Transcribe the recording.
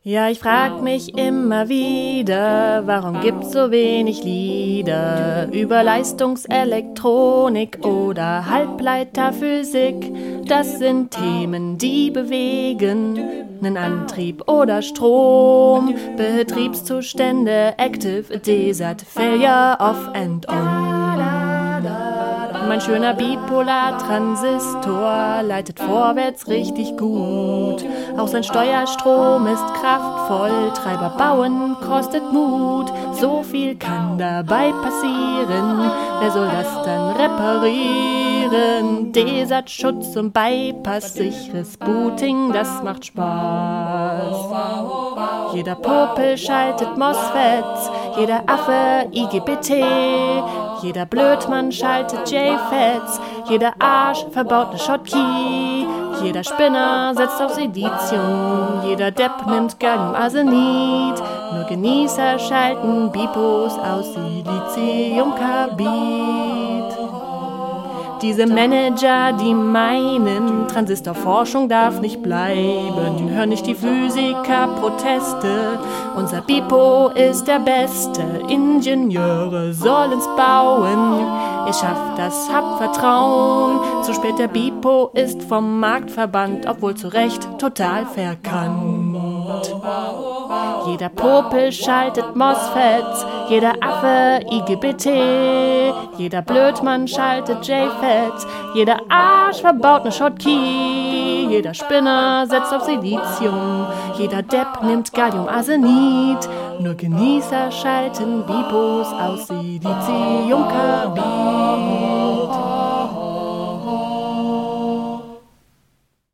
Ja, ich frag mich immer wieder, warum gibt's so wenig Lieder über Leistungselektronik oder Halbleiterphysik? Das sind Themen, die bewegen, nen Antrieb oder Strom, Betriebszustände, Active, Desert, Failure, Off and On. Mein schöner Bipolar-Transistor leitet vorwärts richtig gut. Auch sein Steuerstrom ist kraftvoll, Treiber bauen kostet Mut. So viel kann dabei passieren, wer soll das dann reparieren? Desert-Schutz und Bypass, sicheres Booting, das macht Spaß. Jeder Popel schaltet MOSFETs, jeder Affe IGBT, jeder Blödmann schaltet JFETs, jeder Arsch verbaut ne Schottky, jeder Spinner setzt auf Silizium, jeder Depp nimmt Galliumarsenid, nur Genießer schalten Bipos aus Siliziumkarbid. Diese Manager, die meinen, Transistorforschung darf nicht bleiben, hören nicht die Physiker-Proteste. Unser Bipo ist der Beste, Ingenieure sollen's bauen. Ihr schafft das, habt Vertrauen. Zu spät, der Bipo ist vom Markt verbannt, obwohl zu Recht total verkannt. Jeder Popel schaltet MOSFETs, jeder Affe IGBT, jeder Blödmann schaltet JFETs, jeder Arsch verbaut ne Schottky, jeder Spinner setzt auf Silizium, jeder Depp nimmt Galliumarsenid, nur Genießer schalten Bipos aus Siliziumkarbid.